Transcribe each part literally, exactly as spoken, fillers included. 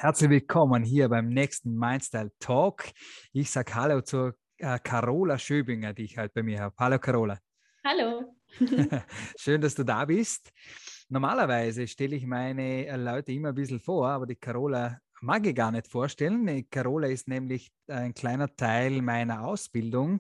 Herzlich willkommen hier beim nächsten Mindstyle Talk. Ich sage Hallo zur äh, Carola Schöbinger, die ich halt bei mir habe. Hallo Carola. Hallo. Schön, dass du da bist. Normalerweise stelle ich meine Leute immer ein bisschen vor, aber die Carola mag ich gar nicht vorstellen. Die Carola ist nämlich ein kleiner Teil meiner Ausbildung,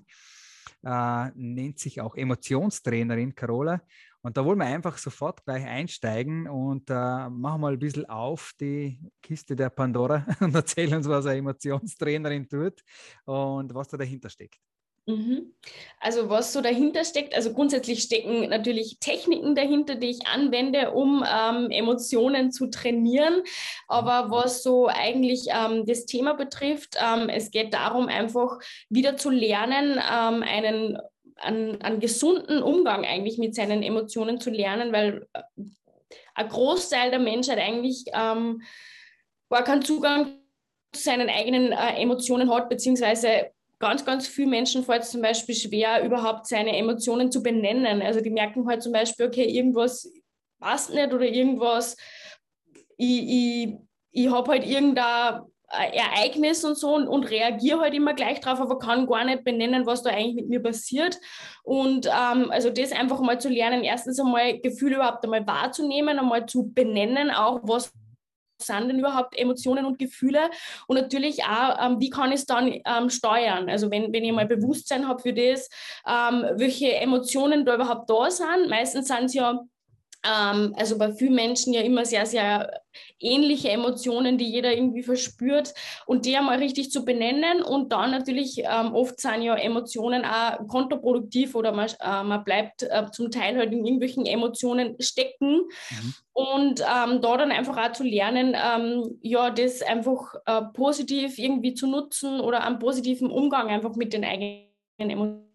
äh, nennt sich auch Emotionstrainerin Carola. Und da wollen wir einfach sofort gleich einsteigen und äh, machen mal ein bisschen auf die Kiste der Pandora und erzählen uns, was eine Emotionstrainerin tut und was da dahinter steckt. Mhm. Also was so dahinter steckt, also grundsätzlich stecken natürlich Techniken dahinter, die ich anwende, um ähm, Emotionen zu trainieren. Aber was so eigentlich ähm, das Thema betrifft, ähm, es geht darum, einfach wieder zu lernen, ähm, einen, einen, einen gesunden Umgang eigentlich mit seinen Emotionen zu lernen, weil ein Großteil der Menschheit eigentlich ähm, gar keinen Zugang zu seinen eigenen äh, Emotionen hat, beziehungsweise ganz, ganz viele Menschen fällt es zum Beispiel schwer, überhaupt seine Emotionen zu benennen. Also die merken halt zum Beispiel, okay, irgendwas passt nicht oder irgendwas, ich, ich, ich habe halt irgendein Ereignis und so und, und reagiere halt immer gleich drauf, aber kann gar nicht benennen, was da eigentlich mit mir passiert. Und ähm, also das einfach mal zu lernen, erstens einmal Gefühle überhaupt einmal wahrzunehmen, einmal zu benennen, auch was sind denn überhaupt Emotionen und Gefühle und natürlich auch, ähm, wie kann ich es dann ähm, steuern? Also wenn, wenn ich mal Bewusstsein habe für das, ähm, welche Emotionen da überhaupt da sind. Meistens sind es ja ähm, also bei vielen Menschen ja immer sehr, sehr ähnliche Emotionen, die jeder irgendwie verspürt und die einmal richtig zu benennen und dann natürlich ähm, oft sind ja Emotionen auch kontraproduktiv oder man, äh, man bleibt äh, zum Teil halt in irgendwelchen Emotionen stecken Mhm. und ähm, da dann einfach auch zu lernen, ähm, ja, das einfach äh, positiv irgendwie zu nutzen oder einen positiven Umgang einfach mit den eigenen Emotionen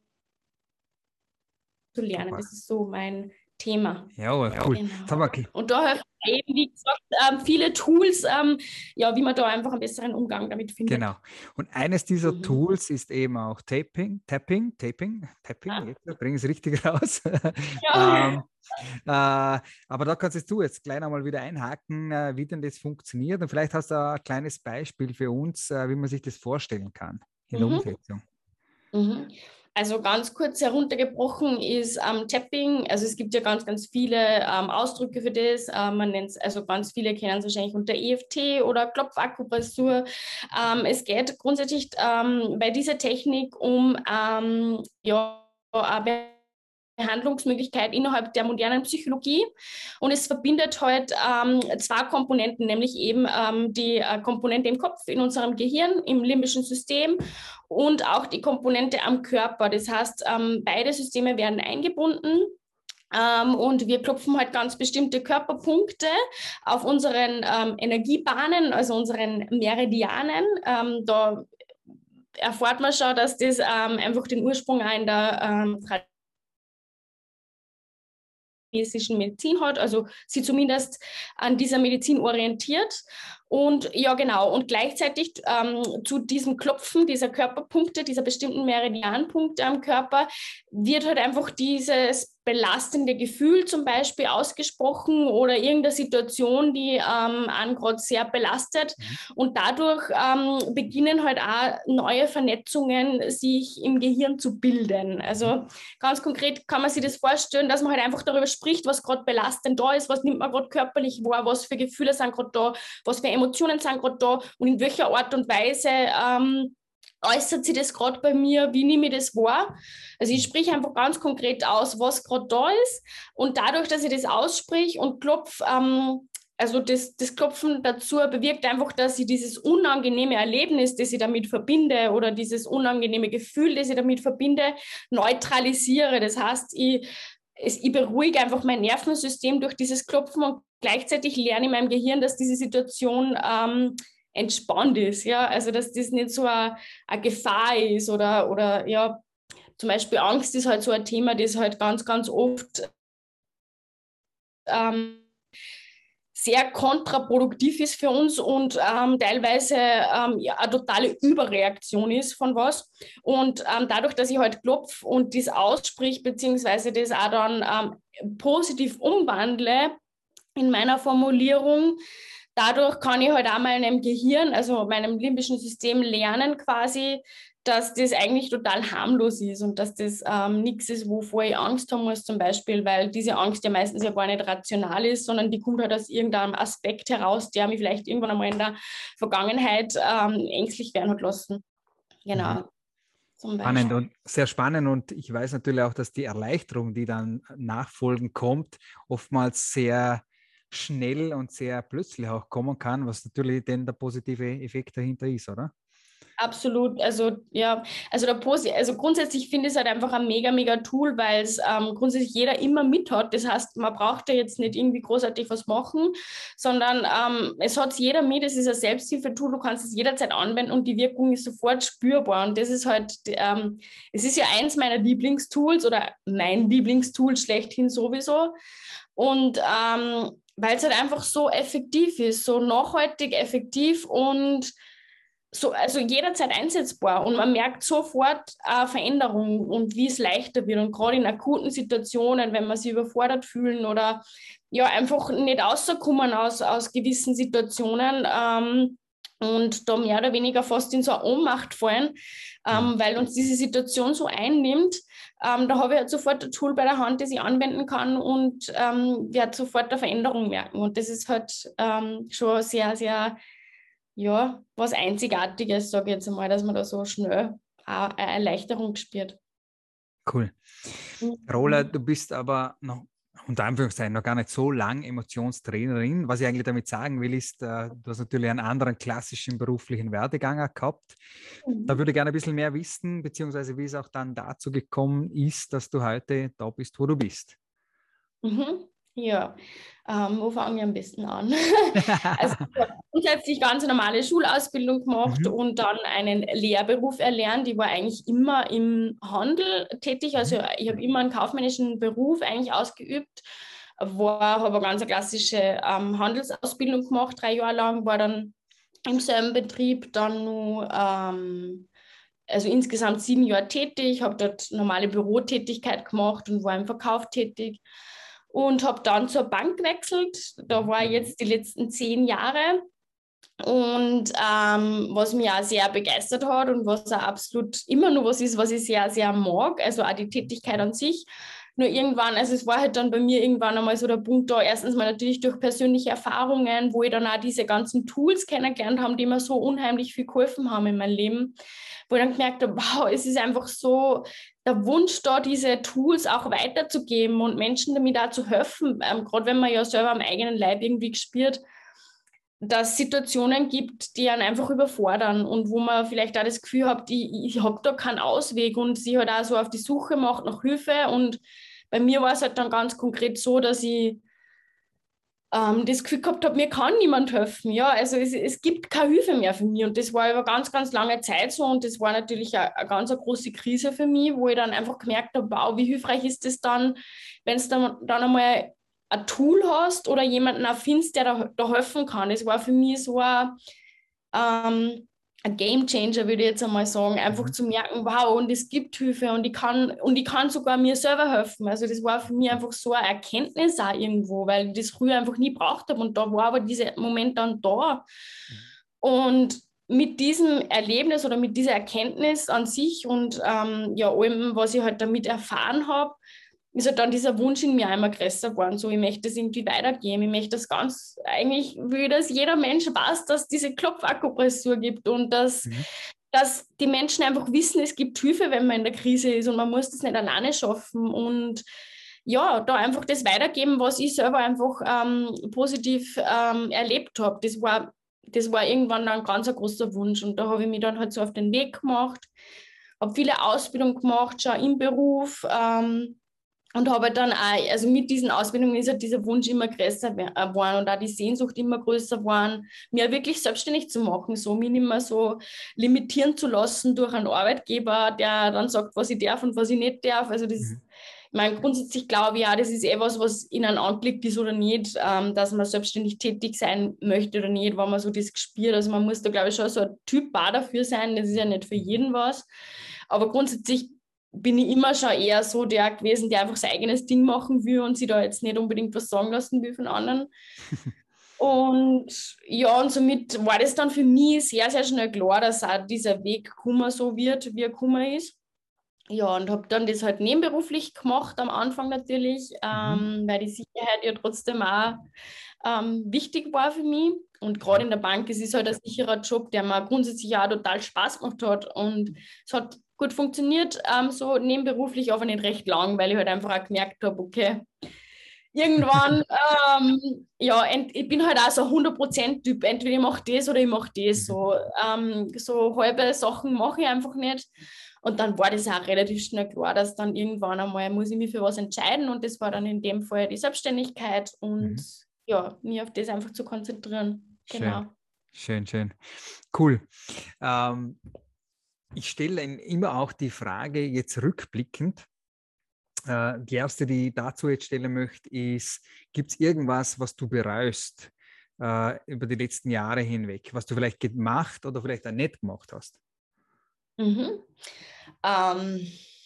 zu lernen. Super. Das ist so mein Thema. Ja, cool. Jetzt haben Genau. wir, Und da helfen eben, wie gesagt, ähm, viele Tools, ähm, ja, wie man da einfach einen besseren Umgang damit findet. genau. Und eines dieser Mhm. Tools ist eben auch Taping, Tapping, Taping, Tapping, jetzt bringe ich es richtig raus. Ja. ähm, äh, aber da kannst du jetzt gleich einmal wieder einhaken, äh, wie denn das funktioniert. Und vielleicht hast du ein kleines Beispiel für uns, äh, wie man sich das vorstellen kann in der Mhm. Umsetzung. Mhm. Also ganz kurz heruntergebrochen ist ähm, Tapping, also es gibt ja ganz, ganz viele ähm, Ausdrücke für das. Ähm, man nennt es, also ganz viele kennen es wahrscheinlich unter E F T oder Klopfakupressur. Ähm, es geht grundsätzlich ähm, bei dieser Technik um ähm, ja, eine Behandlungsmöglichkeit innerhalb der modernen Psychologie und es verbindet halt ähm, zwei Komponenten, nämlich eben ähm, die äh, Komponente im Kopf, in unserem Gehirn, im limbischen System und auch die Komponente am Körper. Das heißt, ähm, beide Systeme werden eingebunden. Ähm, und wir klopfen halt ganz bestimmte Körperpunkte auf unseren ähm, Energiebahnen, also unseren Meridianen. Ähm, da erfährt man schon, dass das ähm, einfach den Ursprung in der ähm, chinesischen Medizin hat, also sie zumindest an dieser Medizin orientiert. Und ja, genau, und gleichzeitig ähm, zu diesem Klopfen dieser Körperpunkte, dieser bestimmten Meridianpunkte am Körper, wird halt einfach dieses belastende Gefühl zum Beispiel ausgesprochen oder irgendeine Situation, die ähm, einen gerade sehr belastet. Mhm. Und dadurch ähm, beginnen halt auch neue Vernetzungen sich im Gehirn zu bilden. Also ganz konkret kann man sich das vorstellen, dass man halt einfach darüber spricht, was gerade belastend da ist, was nimmt man gerade körperlich wahr, was für Gefühle sind gerade da, was für Emotionen sind gerade da und in welcher Art und Weise ähm, äußert sich das gerade bei mir, wie nehme ich das wahr? Also ich spreche einfach ganz konkret aus, was gerade da ist und dadurch, dass ich das ausspreche und klopfe, ähm, also das, das Klopfen dazu bewirkt einfach, dass ich dieses unangenehme Erlebnis, das ich damit verbinde oder dieses unangenehme Gefühl, das ich damit verbinde, neutralisiere. Das heißt, ich, ich beruhige einfach mein Nervensystem durch dieses Klopfen und gleichzeitig lerne ich meinem Gehirn, dass diese Situation ähm, entspannt ist. Ja? Also dass das nicht so eine, eine Gefahr ist oder, oder ja, zum Beispiel Angst ist halt so ein Thema, das halt ganz, ganz oft ähm, sehr kontraproduktiv ist für uns und ähm, teilweise ähm, ja, eine totale Überreaktion ist von was. Und ähm, dadurch, dass ich halt klopfe und das aussprich, beziehungsweise das auch dann ähm, positiv umwandle in meiner Formulierung, dadurch kann ich halt auch meinem Gehirn, also meinem limbischen System lernen quasi, dass das eigentlich total harmlos ist und dass das ähm, nichts ist, wovor ich Angst haben muss zum Beispiel, weil diese Angst ja meistens ja gar nicht rational ist, sondern die kommt halt aus irgendeinem Aspekt heraus, der mich vielleicht irgendwann einmal in der Vergangenheit ähm, ängstlich werden hat lassen. Genau. Mhm. Zum Spannend Beispiel. und sehr spannend, und ich weiß natürlich auch, dass die Erleichterung, die dann nachfolgend kommt, oftmals sehr schnell und sehr plötzlich auch kommen kann, was natürlich dann der positive Effekt dahinter ist, oder? Absolut, also ja, also, der Posi also grundsätzlich finde ich es halt einfach ein mega, mega Tool, weil es ähm, grundsätzlich jeder immer mit hat. Das heißt, man braucht ja jetzt nicht irgendwie großartig was machen, sondern ähm, es hat jeder mit, es ist ein Selbsthilfetool, du kannst es jederzeit anwenden und die Wirkung ist sofort spürbar. Und das ist halt, ähm, es ist ja eins meiner Lieblingstools oder mein Lieblingstool schlechthin sowieso. Und ähm, weil es halt einfach so effektiv ist, so nachhaltig effektiv und so, also jederzeit einsetzbar, und man merkt sofort äh, Veränderung und wie es leichter wird. Und gerade in akuten Situationen, wenn man sich überfordert fühlen oder ja einfach nicht rauskommen aus, aus gewissen Situationen, ähm, und da mehr oder weniger fast in so eine Ohnmacht fallen, Mhm. ähm, weil uns diese Situation so einnimmt. Ähm, da habe ich halt sofort ein Tool bei der Hand, das ich anwenden kann, und ähm, werde sofort eine Veränderung merken. Und das ist halt ähm, schon sehr, sehr, ja, was Einzigartiges, sage ich jetzt einmal, dass man da so schnell auch eine Erleichterung spürt. Cool. Carola, Mhm. du bist aber noch unter Anführungszeichen noch gar nicht so lang Emotionstrainerin. Was ich eigentlich damit sagen will, ist, äh, du hast natürlich einen anderen klassischen beruflichen Werdegang auch gehabt. Da Mhm. würde ich gerne ein bisschen mehr wissen, beziehungsweise wie es auch dann dazu gekommen ist, dass du heute da bist, wo du bist. Mhm. Ja, ähm, wo fangen wir am besten an? Also ich habe grundsätzlich ganz normale Schulausbildung gemacht Mhm. und dann einen Lehrberuf erlernt. Ich war eigentlich immer im Handel tätig, also Mhm. ich habe immer einen kaufmännischen Beruf eigentlich ausgeübt, war, habe eine ganz klassische ähm, Handelsausbildung gemacht, drei Jahre lang, war dann im selben Betrieb, dann nur ähm, also insgesamt sieben Jahre tätig, habe dort normale Bürotätigkeit gemacht und war im Verkauf tätig und habe dann zur Bank gewechselt. Da war ich jetzt die letzten zehn Jahre. Und ähm, was mich auch sehr begeistert hat und was auch absolut immer nur was ist, was ich sehr, sehr mag, also auch die Tätigkeit an sich. Nur irgendwann, also es war halt dann bei mir irgendwann einmal so der Punkt da, erstens mal natürlich durch persönliche Erfahrungen, wo ich dann auch diese ganzen Tools kennengelernt habe, die mir so unheimlich viel geholfen haben in meinem Leben, wo ich dann gemerkt habe, wow, es ist einfach so der Wunsch da, diese Tools auch weiterzugeben und Menschen damit auch zu helfen, ähm, gerade wenn man ja selber am eigenen Leib irgendwie gespürt, dass es Situationen gibt, die einen einfach überfordern und wo man vielleicht auch das Gefühl hat, ich, ich habe da keinen Ausweg und sich halt auch so auf die Suche macht nach Hilfe. Und bei mir war es halt dann ganz konkret so, dass ich ähm, das Gefühl gehabt habe, mir kann niemand helfen. Ja, also es, es gibt keine Hilfe mehr für mich, und das war über ganz, ganz lange Zeit so, und das war natürlich eine, eine ganz eine große Krise für mich, wo ich dann einfach gemerkt habe, wow, wie hilfreich ist das dann, wenn es dann, dann einmal ein Tool hast oder jemanden auch findest, der da, da helfen kann. Das war für mich so ein, ähm, ein Game Changer, würde ich jetzt einmal sagen, einfach Mhm. zu merken, wow, und es gibt Hilfe und ich kann, und ich kann sogar mir selber helfen. Also das war für mich einfach so eine Erkenntnis auch irgendwo, weil ich das früher einfach nie braucht habe, und da war aber dieser Moment dann da. Und mit diesem Erlebnis oder mit dieser Erkenntnis an sich und ähm, ja, allem, was ich halt damit erfahren habe, ist halt dann dieser Wunsch in mir einmal größer geworden. So, ich möchte das irgendwie weitergeben. Ich möchte das ganz, eigentlich will das jeder Mensch weiß, dass es diese Klopfakupressur gibt und dass, Mhm. dass die Menschen einfach wissen, es gibt Hilfe, wenn man in der Krise ist, und man muss das nicht alleine schaffen. Und ja, da einfach das weitergeben, was ich selber einfach ähm, positiv ähm, erlebt habe. Das war, das war irgendwann dann ein ganz ein großer Wunsch. Und da habe ich mich dann halt so auf den Weg gemacht, habe viele Ausbildungen gemacht, schon im Beruf. Ähm, und habe halt dann auch, also mit diesen Ausbildungen ist halt dieser Wunsch immer größer geworden und auch die Sehnsucht immer größer geworden, mir wirklich selbstständig zu machen, so mich nicht mehr so limitieren zu lassen durch einen Arbeitgeber, der dann sagt, was ich darf und was ich nicht darf. Also das, Mhm. ich meine, grundsätzlich glaube ich auch, das ist eh was, was ihnen angelegt ist oder nicht, ähm, dass man selbstständig tätig sein möchte oder nicht, wenn man so das gespürt. Also man muss da, glaube ich, schon so ein Typ auch dafür sein, das ist ja nicht für jeden was. Aber grundsätzlich bin ich immer schon eher so der gewesen, der einfach sein eigenes Ding machen will und sich da jetzt nicht unbedingt was sagen lassen will von anderen. Und ja, und somit war das dann für mich sehr, sehr schnell klar, dass auch dieser Weg gekommen so wird, wie er gekommen ist. Ja, und habe dann das halt nebenberuflich gemacht am Anfang natürlich, ähm, Mhm. weil die Sicherheit ja trotzdem auch ähm, wichtig war für mich. Und gerade in der Bank, es ist halt ein sicherer Job, der mir grundsätzlich auch total Spaß gemacht hat. Und es hat gut funktioniert, ähm, so nebenberuflich, aber nicht recht lang, weil ich halt einfach auch gemerkt habe, okay, irgendwann, ähm, ja, ent, ich bin halt auch so ein hundert Prozent Typ. Entweder ich mache das oder ich mache das. Mhm. So, ähm, so halbe Sachen mache ich einfach nicht. Und dann war das auch relativ schnell klar, dass dann irgendwann einmal muss ich mich für was entscheiden. Und das war dann in dem Fall die Selbstständigkeit und Mhm. ja, mich auf das einfach zu konzentrieren. Schön, Genau. schön, schön. Cool. Ähm, ich stelle immer auch die Frage, jetzt rückblickend, äh, die erste, die ich dazu jetzt stellen möchte, ist, gibt es irgendwas, was du bereust äh, über die letzten Jahre hinweg, was du vielleicht gemacht oder vielleicht auch nicht gemacht hast? Mhm. Ähm,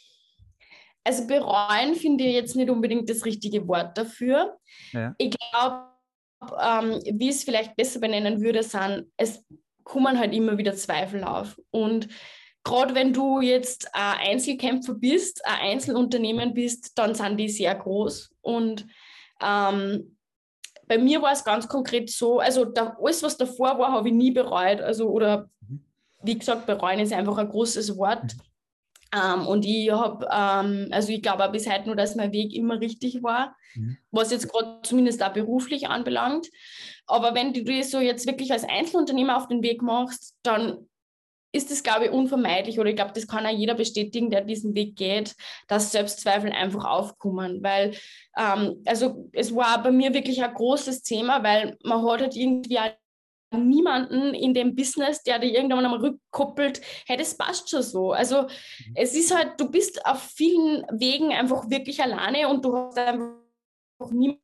also bereuen finde ich jetzt nicht unbedingt das richtige Wort dafür. Ja. Ich glaube, ähm, wie ich es vielleicht besser benennen würde, sind, es kommen halt immer wieder Zweifel auf. Und gerade wenn du jetzt ein Einzelkämpfer bist, ein Einzelunternehmen bist, dann sind die sehr groß. Und ähm, bei mir war es ganz konkret so, also da, alles, was davor war, habe ich nie bereut. Also, oder Mhm. wie gesagt, bereuen ist einfach ein großes Wort. Mhm. Ähm, und ich habe, ähm, also ich glaube auch bis heute nur, dass mein Weg immer richtig war, Mhm. was jetzt gerade zumindest auch beruflich anbelangt. Aber wenn du das so jetzt wirklich als Einzelunternehmer auf den Weg machst, dann ist es, glaube ich, unvermeidlich, oder ich glaube, das kann auch jeder bestätigen, der diesen Weg geht, dass Selbstzweifel einfach aufkommen. Weil, ähm, also es war bei mir wirklich ein großes Thema, weil man hat halt irgendwie auch niemanden in dem Business, der dir irgendwann einmal rückkoppelt, hey, das passt schon so. Also Mhm. es ist halt, du bist auf vielen Wegen einfach wirklich alleine und du hast einfach niemanden,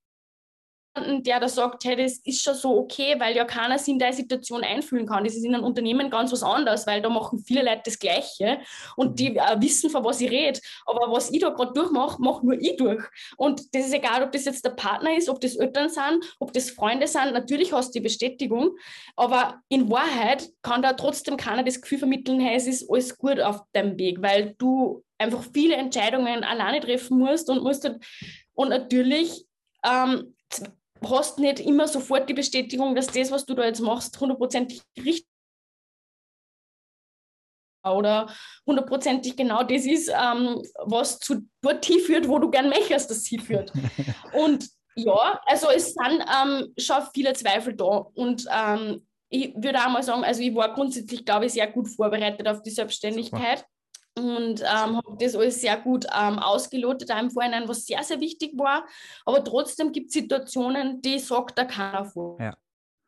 der da sagt, hey, das ist schon so okay, weil ja keiner sich in der Situation einfühlen kann. Das ist in einem Unternehmen ganz was anderes, weil da machen viele Leute das Gleiche und Mhm. die äh, wissen, von was ich rede. Aber was ich da gerade durchmache, mache nur ich durch. Und das ist egal, ob das jetzt der Partner ist, ob das Eltern sind, ob das Freunde sind. Natürlich hast du die Bestätigung, aber in Wahrheit kann da trotzdem keiner das Gefühl vermitteln, hey, es ist alles gut auf deinem Weg, weil du einfach viele Entscheidungen alleine treffen musst und musst halt, und natürlich ähm, hast nicht immer sofort die Bestätigung, dass das, was du da jetzt machst, hundertprozentig richtig oder hundertprozentig genau das ist, ähm, was zu dort hinführt, wo du gern möchtest, dass es hinführt. Und ja, also es sind ähm, schon viele Zweifel da. Und ähm, ich würde auch mal sagen, also ich war grundsätzlich, glaube ich, sehr gut vorbereitet auf die Super. Selbstständigkeit und ähm, habe das alles sehr gut ähm, ausgelotet, auch im Vorhinein, was sehr, sehr wichtig war. Aber trotzdem gibt es Situationen, die sagt da keiner vor. Ja.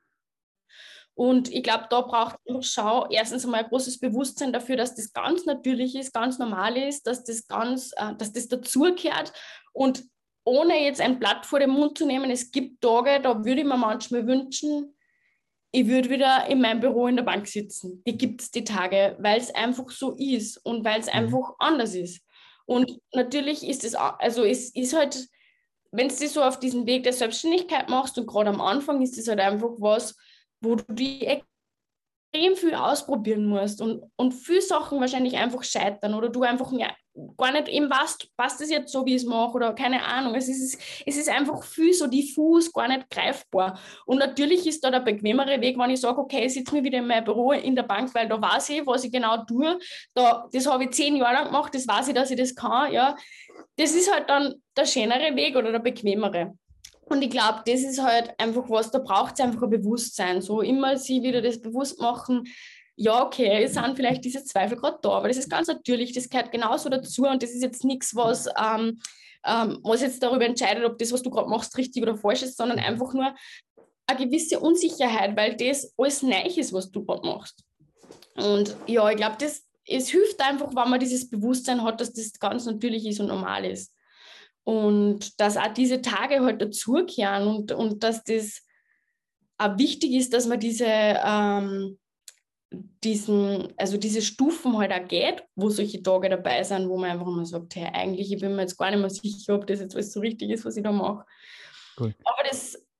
Und ich glaube, da braucht man schon erstens einmal ein großes Bewusstsein dafür, dass das ganz natürlich ist, ganz normal ist, dass das ganz, äh, dass das dazugehört. Und ohne jetzt ein Blatt vor den Mund zu nehmen, es gibt Tage, da würde ich mir manchmal wünschen, ich würde wieder in meinem Büro in der Bank sitzen. Die gibt es die Tage, weil es einfach so ist und weil es Mhm. einfach anders ist. Und natürlich ist es, also es ist halt, wenn du dich so auf diesen Weg der Selbstständigkeit machst und gerade am Anfang ist es halt einfach was, wo du die extrem viel ausprobieren musst und, und viele Sachen wahrscheinlich einfach scheitern oder du einfach mehr, gar nicht eben weißt, passt das jetzt so, wie ich es mache oder keine Ahnung. Es ist, es ist einfach viel so diffus, gar nicht greifbar. Und natürlich ist da der bequemere Weg, wenn ich sage, okay, ich sitze mir wieder in meinem Büro in der Bank, weil da weiß ich, was ich genau tue. Da, das habe ich zehn Jahre lang gemacht, das weiß ich, dass ich das kann. Ja. Das ist halt dann der schönere Weg oder der bequemere. Und ich glaube, das ist halt einfach was, da braucht es einfach ein Bewusstsein. So immer sie wieder das bewusst machen, ja, okay, es sind vielleicht diese Zweifel gerade da, aber das ist ganz natürlich, das gehört genauso dazu und das ist jetzt nichts, was, ähm, ähm, was jetzt darüber entscheidet, ob das, was du gerade machst, richtig oder falsch ist, sondern Mhm. einfach nur eine gewisse Unsicherheit, weil das alles neu ist, was du gerade machst. Und ja, ich glaube, das, es hilft einfach, wenn man dieses Bewusstsein hat, dass das ganz natürlich ist und normal ist. Und dass auch diese Tage halt dazugehören und, und dass das auch wichtig ist, dass man diese, ähm, diesen, also diese Stufen halt auch geht, wo solche Tage dabei sind, wo man einfach mal sagt, hey, eigentlich ich bin mir jetzt gar nicht mehr sicher, ob das jetzt alles so richtig ist, was ich da mache. Cool. Aber das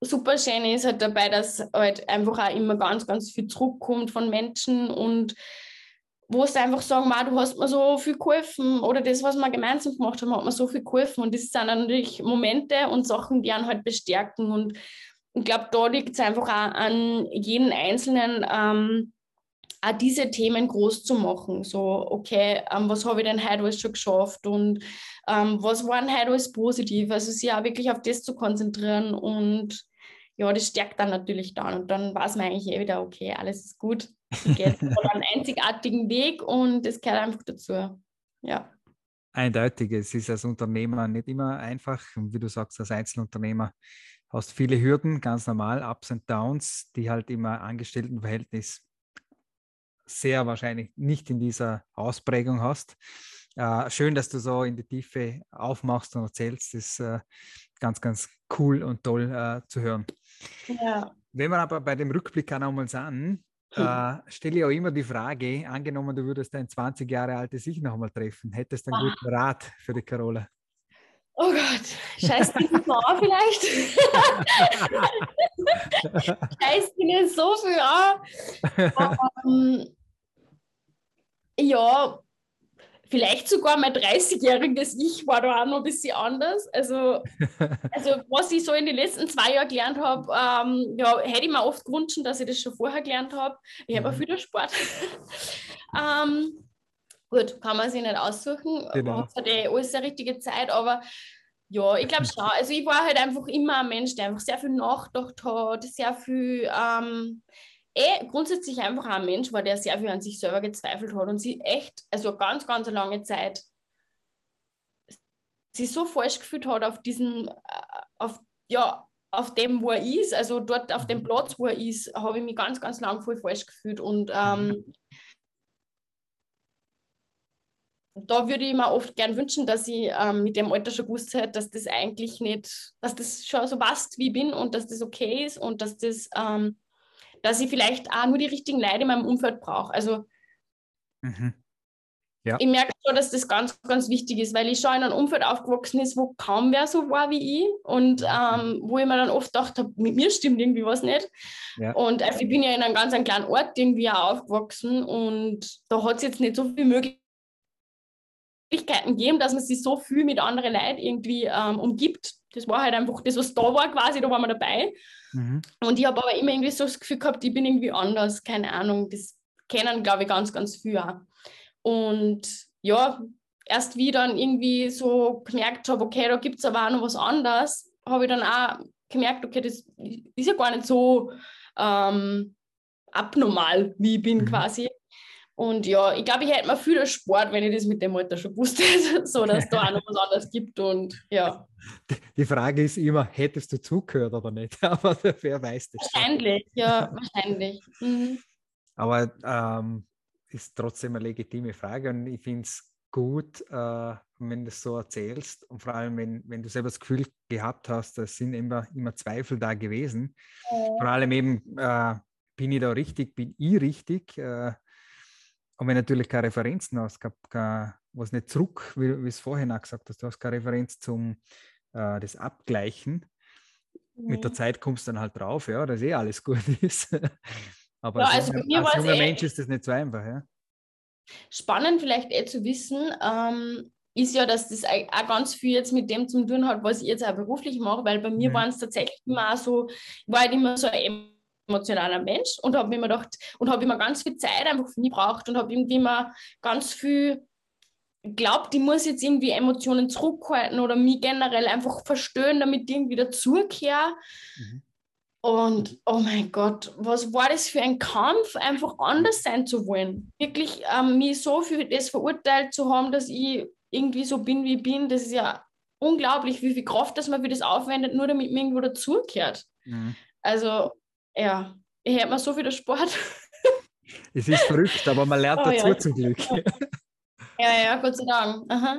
super schön ist halt dabei, dass halt einfach auch immer ganz, ganz viel zurückkommt von Menschen und wo sie einfach sagen, Ma, du hast mir so viel geholfen oder das, was wir gemeinsam gemacht haben, hat mir so viel geholfen. Und das sind dann natürlich Momente und Sachen, die einen halt bestärken. Und ich glaube, da liegt es einfach auch an jeden Einzelnen, ähm, auch diese Themen groß zu machen. So, okay, ähm, was habe ich denn heute alles schon geschafft und ähm, was war denn heute alles positiv? Also sich auch wirklich auf das zu konzentrieren und ja, das stärkt dann natürlich dann und dann weiß man eigentlich eh wieder, okay, alles ist gut. Ich gehe jetzt einen einzigartigen Weg und das gehört einfach dazu. Ja. Eindeutig, es ist als Unternehmer nicht immer einfach. Und wie du sagst, als Einzelunternehmer hast viele Hürden, ganz normal, Ups und Downs, die halt im Angestelltenverhältnis sehr wahrscheinlich nicht in dieser Ausprägung hast. Äh, schön, dass du so in die Tiefe aufmachst und erzählst. Das ist äh, ganz, ganz cool und toll äh, zu hören. Ja. Wenn wir aber bei dem Rückblick auch nochmal sind, äh, stelle ich auch immer die Frage, angenommen, du würdest dein zwanzig Jahre altes Ich noch einmal treffen, hättest du einen guten Rat für die Carola? Oh Gott, scheiß dich mal an vielleicht. Scheiß dich so viel an. Um, ja, vielleicht sogar mein dreißigjähriges Ich war da auch noch ein bisschen anders. Also, also was ich so in den letzten zwei Jahren gelernt habe, ähm, ja, hätte ich mir oft gewünscht, dass ich das schon vorher gelernt habe. Ich habe auch viel Sport. ähm, gut, kann man sich nicht aussuchen. Genau. Hat halt eh alles eine richtige Zeit, aber ja, ich glaube schon. Also ich war halt einfach immer ein Mensch, der einfach sehr viel nachgedacht hat, sehr viel, ähm, eh grundsätzlich einfach ein Mensch war, der sehr viel an sich selber gezweifelt hat und sie echt, also ganz, ganz eine lange Zeit, sich so falsch gefühlt hat auf diesen, äh, auf, ja, auf dem, wo er ist, also dort auf dem Platz, wo er ist, habe ich mich ganz, ganz lang voll falsch gefühlt und ähm, da würde ich mir oft gern wünschen, dass ich ähm, mit dem Alter schon gewusst hätte, dass das eigentlich nicht, dass das schon so passt, wie ich bin und dass das okay ist und dass das, ähm, dass ich vielleicht auch nur die richtigen Leute in meinem Umfeld brauche. Also Mhm. Ja. ich merke schon, dass das ganz, ganz wichtig ist, weil ich schon in einem Umfeld aufgewachsen ist, wo kaum wer so war wie ich und ähm, wo ich mir dann oft gedacht habe, mit mir stimmt irgendwie was nicht. Ja. Und also ich bin ja in einem ganz einen kleinen Ort irgendwie auch aufgewachsen und da hat es jetzt nicht so viele Möglichkeiten geben, dass man sich so viel mit anderen Leuten irgendwie ähm, umgibt. Das war halt einfach das, was da war quasi, da waren wir dabei. Mhm. Und ich habe aber immer irgendwie so das Gefühl gehabt, ich bin irgendwie anders, keine Ahnung. Das kennen, glaube ich, ganz, ganz viele auch. Und ja, erst wie ich dann irgendwie so gemerkt habe, okay, da gibt es aber auch noch was anderes, habe ich dann auch gemerkt, okay, das ist ja gar nicht so ähm, abnormal, wie ich bin mhm. quasi. Und ja, ich glaube, ich hätte mir viel Sport, wenn ich das mit dem Alter schon gewusst hätte, so dass da auch noch was anderes gibt. Und ja. Die Frage ist immer, hättest du zugehört oder nicht? Aber wer weiß das? Wahrscheinlich, ja, wahrscheinlich. Mhm. Aber ähm, ist trotzdem eine legitime Frage und ich finde es gut, äh, wenn du es so erzählst und vor allem, wenn, wenn du selber das Gefühl gehabt hast, es sind immer, immer Zweifel da gewesen. Ja. Vor allem eben, äh, bin ich da richtig, bin ich richtig? Äh, Und wenn du natürlich keine Referenzen hast, keine, was nicht zurück, wie, wie es vorhin auch gesagt hast, du hast keine Referenz zum äh, das Abgleichen. Mhm. Mit der Zeit kommst du dann halt drauf, ja, dass eh alles gut ist. Aber ja, als, also junger, als junger Mensch ist das nicht so einfach. Ja? Spannend vielleicht eh zu wissen, ähm, ist ja, dass das auch ganz viel jetzt mit dem zu tun hat, was ich jetzt auch beruflich mache, weil bei mir mhm. waren es tatsächlich immer so, ich war halt immer so ein emotionaler Mensch und habe immer gedacht und habe immer ganz viel Zeit einfach für mich gebraucht und habe irgendwie immer ganz viel glaubt, ich muss jetzt irgendwie Emotionen zurückhalten oder mich generell einfach verstehen, damit ich irgendwie dazugehöre. Mhm. Und oh mein Gott, was war das für ein Kampf, einfach anders sein zu wollen. Wirklich ähm, mich so für das verurteilt zu haben, dass ich irgendwie so bin, wie ich bin, das ist ja unglaublich, wie viel Kraft dass man für das aufwendet, nur damit man irgendwo dazugehört. Mhm. Also ja, ich hätte mir so viel Sport. Es ist verrückt, aber man lernt oh, dazu ja. zum Glück. Ja, ja, Gott sei Dank. Aha.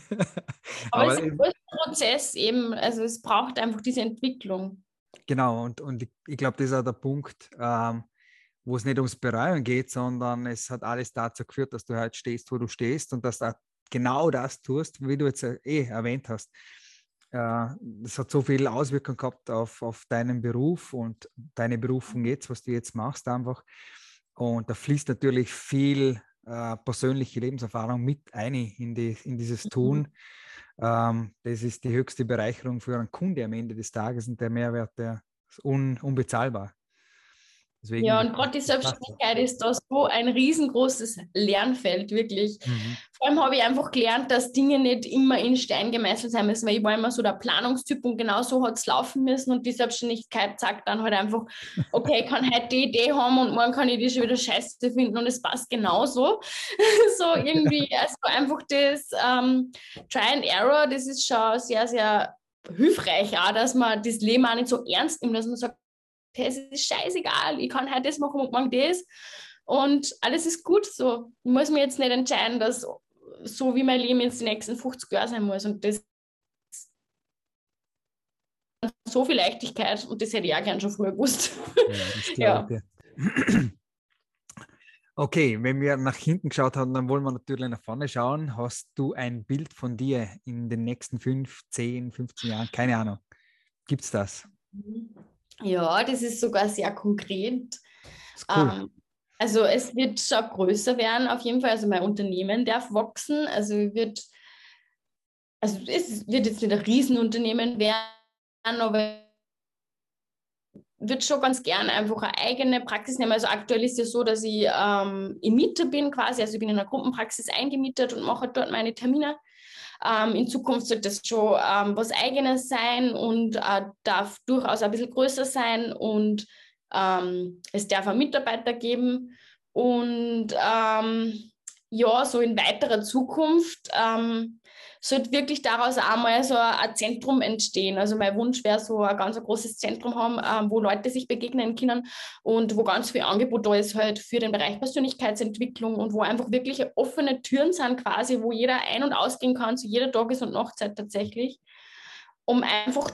Aber, aber es ist ein großer Prozess eben, also es braucht einfach diese Entwicklung. Genau, und, und ich, ich glaube, das ist auch der Punkt, ähm, wo es nicht ums Bereuen geht, sondern es hat alles dazu geführt, dass du halt stehst, wo du stehst und dass du genau das tust, wie du jetzt eh erwähnt hast. äh, das hat so viel Auswirkungen gehabt auf, auf deinen Beruf und deine Berufung jetzt, was du jetzt machst einfach. Und da fließt natürlich viel äh, persönliche Lebenserfahrung mit ein in, die, in dieses Tun. Ähm, das ist die höchste Bereicherung für einen Kunde am Ende des Tages und der Mehrwert, der ist un, unbezahlbar. Deswegen, Ja, das, und gerade die das passt. Selbstständigkeit ist da so ein riesengroßes Lernfeld, wirklich. Mhm. Vor allem habe ich einfach gelernt, dass Dinge nicht immer in Stein gemeißelt sein müssen, weil ich war immer so der Planungstyp und genau so hat es laufen müssen und die Selbstständigkeit sagt dann halt einfach, okay, ich kann heute die Idee haben und morgen kann ich die schon wieder scheiße finden und es passt genauso. So irgendwie, also einfach das ähm, Try and Error, das ist schon sehr, sehr hilfreich auch, dass man das Leben auch nicht so ernst nimmt, dass man sagt, hey, es ist scheißegal, ich kann heute das machen und morgen das und alles ist gut so. Ich muss mir jetzt nicht entscheiden, dass so wie mein Leben jetzt die nächsten fünfzig Jahre sein muss und das so viel Leichtigkeit und das hätte ich auch gern schon früher gewusst. Ja, das glaube Ja. ich dir. Okay, wenn wir nach hinten geschaut haben, dann wollen wir natürlich nach vorne schauen. Hast du ein Bild von dir in den nächsten fünf, zehn, fünfzehn Jahren? Keine Ahnung. Gibt es das? Ja, das ist sogar sehr konkret. Das ist cool. Ähm, also es wird schon größer werden auf jeden Fall. Also mein Unternehmen darf wachsen. Also wird, also es wird jetzt nicht ein Riesenunternehmen werden, aber würde schon ganz gerne einfach eine eigene Praxis nehmen. Also aktuell ist es so, dass ich ähm, im Mieter bin quasi. Also ich bin in einer Gruppenpraxis eingemietet und mache dort meine Termine. Ähm, in Zukunft sollte das schon ähm, was Eigenes sein und äh, darf durchaus ein bisschen größer sein und ähm, es darf einen Mitarbeiter geben. Und ähm, ja, so in weiterer Zukunft ähm, sollte wirklich daraus einmal so ein Zentrum entstehen. Also mein Wunsch wäre so ein ganz ein großes Zentrum haben, ähm, wo Leute sich begegnen können und wo ganz viel Angebot da ist halt für den Bereich Persönlichkeitsentwicklung und wo einfach wirklich offene Türen sind quasi, wo jeder ein- und ausgehen kann zu jeder Tages- und Nachtzeit tatsächlich, um einfach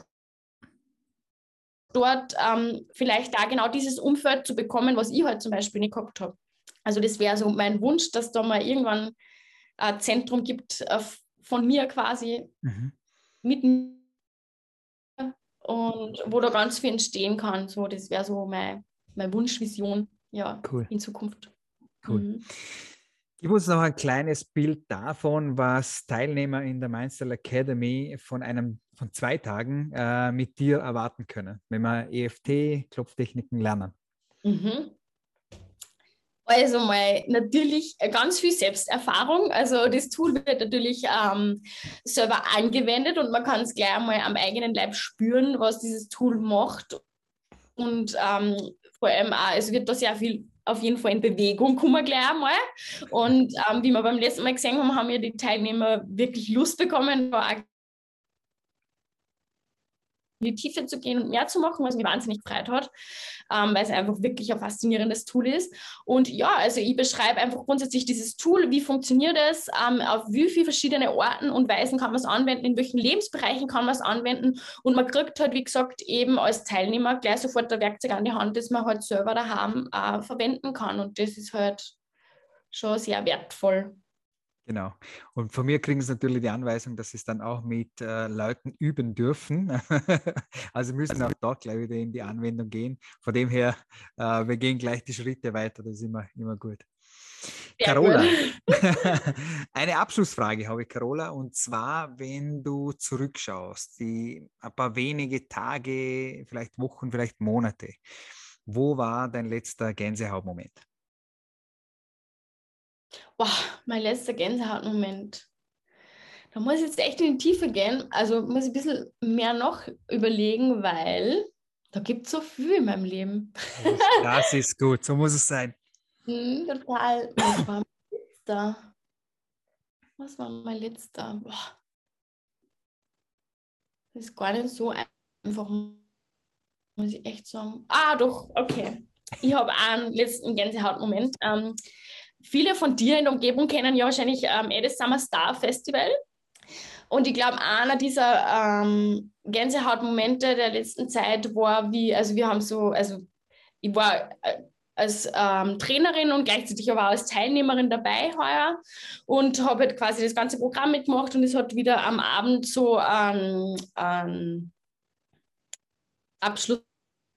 dort ähm, vielleicht da genau dieses Umfeld zu bekommen, was ich halt zum Beispiel nicht gehabt habe. Also das wäre so mein Wunsch, dass da mal irgendwann ein Zentrum gibt äh, von mir quasi Mhm. mit mir und wo da ganz viel entstehen kann. So, das wäre so meine, meine Wunschvision, ja, Cool, in Zukunft. cool. Mhm. Gib uns noch ein kleines Bild davon, was Teilnehmer in der Mindstyle Academy von einem von zwei Tagen äh, mit dir erwarten können, wenn wir E F T, Klopftechniken lernen. Mhm. Also mal natürlich ganz viel Selbsterfahrung. Also das Tool wird natürlich ähm, selber angewendet und man kann es gleich einmal am eigenen Leib spüren, was dieses Tool macht. Und ähm, vor allem auch, es wird da sehr viel auf jeden Fall in Bewegung kommen gleich einmal. Und ähm, wie wir beim letzten Mal gesehen haben, haben ja die Teilnehmer wirklich Lust bekommen, da auch in die Tiefe zu gehen und mehr zu machen, was mich wahnsinnig gefreut hat, ähm, weil es einfach wirklich ein faszinierendes Tool ist. Und ja, also ich beschreibe einfach grundsätzlich dieses Tool, wie funktioniert es, ähm, auf wie viele verschiedene Orten und Weisen kann man es anwenden, in welchen Lebensbereichen kann man es anwenden und man kriegt halt, wie gesagt, eben als Teilnehmer gleich sofort ein Werkzeug an die Hand, das man halt selber daheim äh, verwenden kann und das ist halt schon sehr wertvoll. Genau. Und von mir kriegen sie natürlich die Anweisung, dass sie es dann auch mit äh, Leuten üben dürfen. Also müssen auch dort gleich wieder in die Anwendung gehen. Von dem her, äh, wir gehen gleich die Schritte weiter. Das ist immer, immer gut. Sehr gut. Carola, eine Abschlussfrage habe ich, Carola. Und zwar, wenn du zurückschaust, die ein paar wenige Tage, vielleicht Wochen, vielleicht Monate, wo war dein letzter Gänsehautmoment? Boah, mein letzter Gänsehautmoment. Da muss ich jetzt echt in die Tiefe gehen. Also muss ich ein bisschen mehr noch überlegen, weil da gibt es so viel in meinem Leben. Das ist gut, so muss es sein. Hm, total. Was war mein letzter? Was war mein letzter? Boah, das ist gar nicht so einfach, muss ich echt sagen. Ah, doch, okay. Ich habe einen letzten Gänsehautmoment. Ähm, viele von dir in der Umgebung kennen ja wahrscheinlich ähm, eh das Summer Star Festival. Und ich glaube, einer dieser ähm, Gänsehautmomente der letzten Zeit war, wie, also wir haben so, also ich war äh, als ähm, Trainerin und gleichzeitig aber auch als Teilnehmerin dabei heuer und habe halt quasi das ganze Programm mitgemacht und es hat wieder am Abend so einen ähm, Abschluss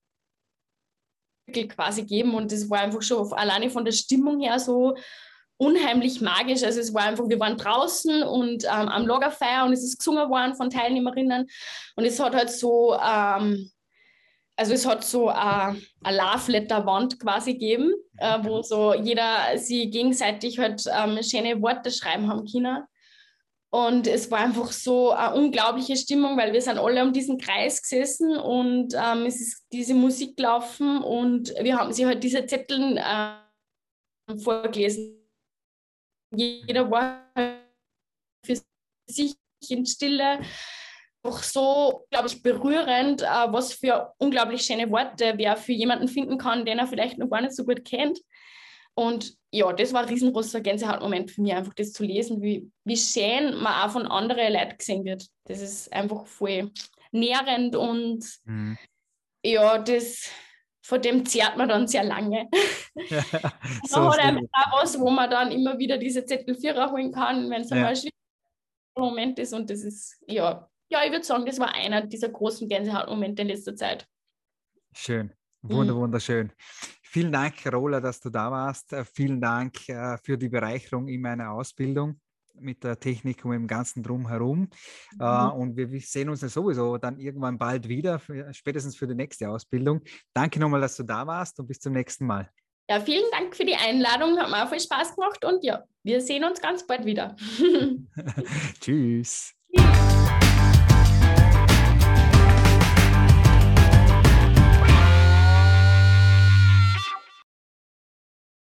quasi gegeben und das war einfach schon alleine von der Stimmung her so unheimlich magisch. Also es war einfach, wir waren draußen und ähm, am Lagerfeuer und es ist gesungen worden von Teilnehmerinnen und es hat halt so ähm, Also es hat so eine Love-Letter-Wand quasi gegeben, äh, wo so jeder sie gegenseitig halt ähm, schöne Worte schreiben haben können. Und es war einfach so eine unglaubliche Stimmung, weil wir sind alle um diesen Kreis gesessen und ähm, es ist diese Musik gelaufen und wir haben sie halt diese Zettel äh, vorgelesen. Jeder war für sich in Stille. Auch so, glaube ich, berührend, äh, was für unglaublich schöne Worte wer für jemanden finden kann, den er vielleicht noch gar nicht so gut kennt. Und ja, das war ein riesengroßer Gänsehautmoment für mich, einfach das zu lesen, wie, wie schön man auch von anderen Leuten gesehen wird. Das ist einfach voll nährend und mhm. ja, das, von dem zehrt man dann sehr lange. Ja, so man hat einfach auch was, wo man dann immer wieder diese Zettel vierer holen kann, wenn es ja. einmal ein schwieriger Moment ist und das ist, ja, Ja, ich würde sagen, das war einer dieser großen Gänsehautmomente in letzter Zeit. Schön, Wunder, wunderschön. Vielen Dank, Carola, dass du da warst. Vielen Dank äh, für die Bereicherung in meiner Ausbildung mit der Technik und dem ganzen Drumherum. Mhm. Äh, und wir, wir sehen uns ja sowieso dann irgendwann bald wieder, für, spätestens für die nächste Ausbildung. Danke nochmal, dass du da warst und bis zum nächsten Mal. Ja, vielen Dank für die Einladung, hat mir auch viel Spaß gemacht und ja, wir sehen uns ganz bald wieder. Tschüss. Tschüss.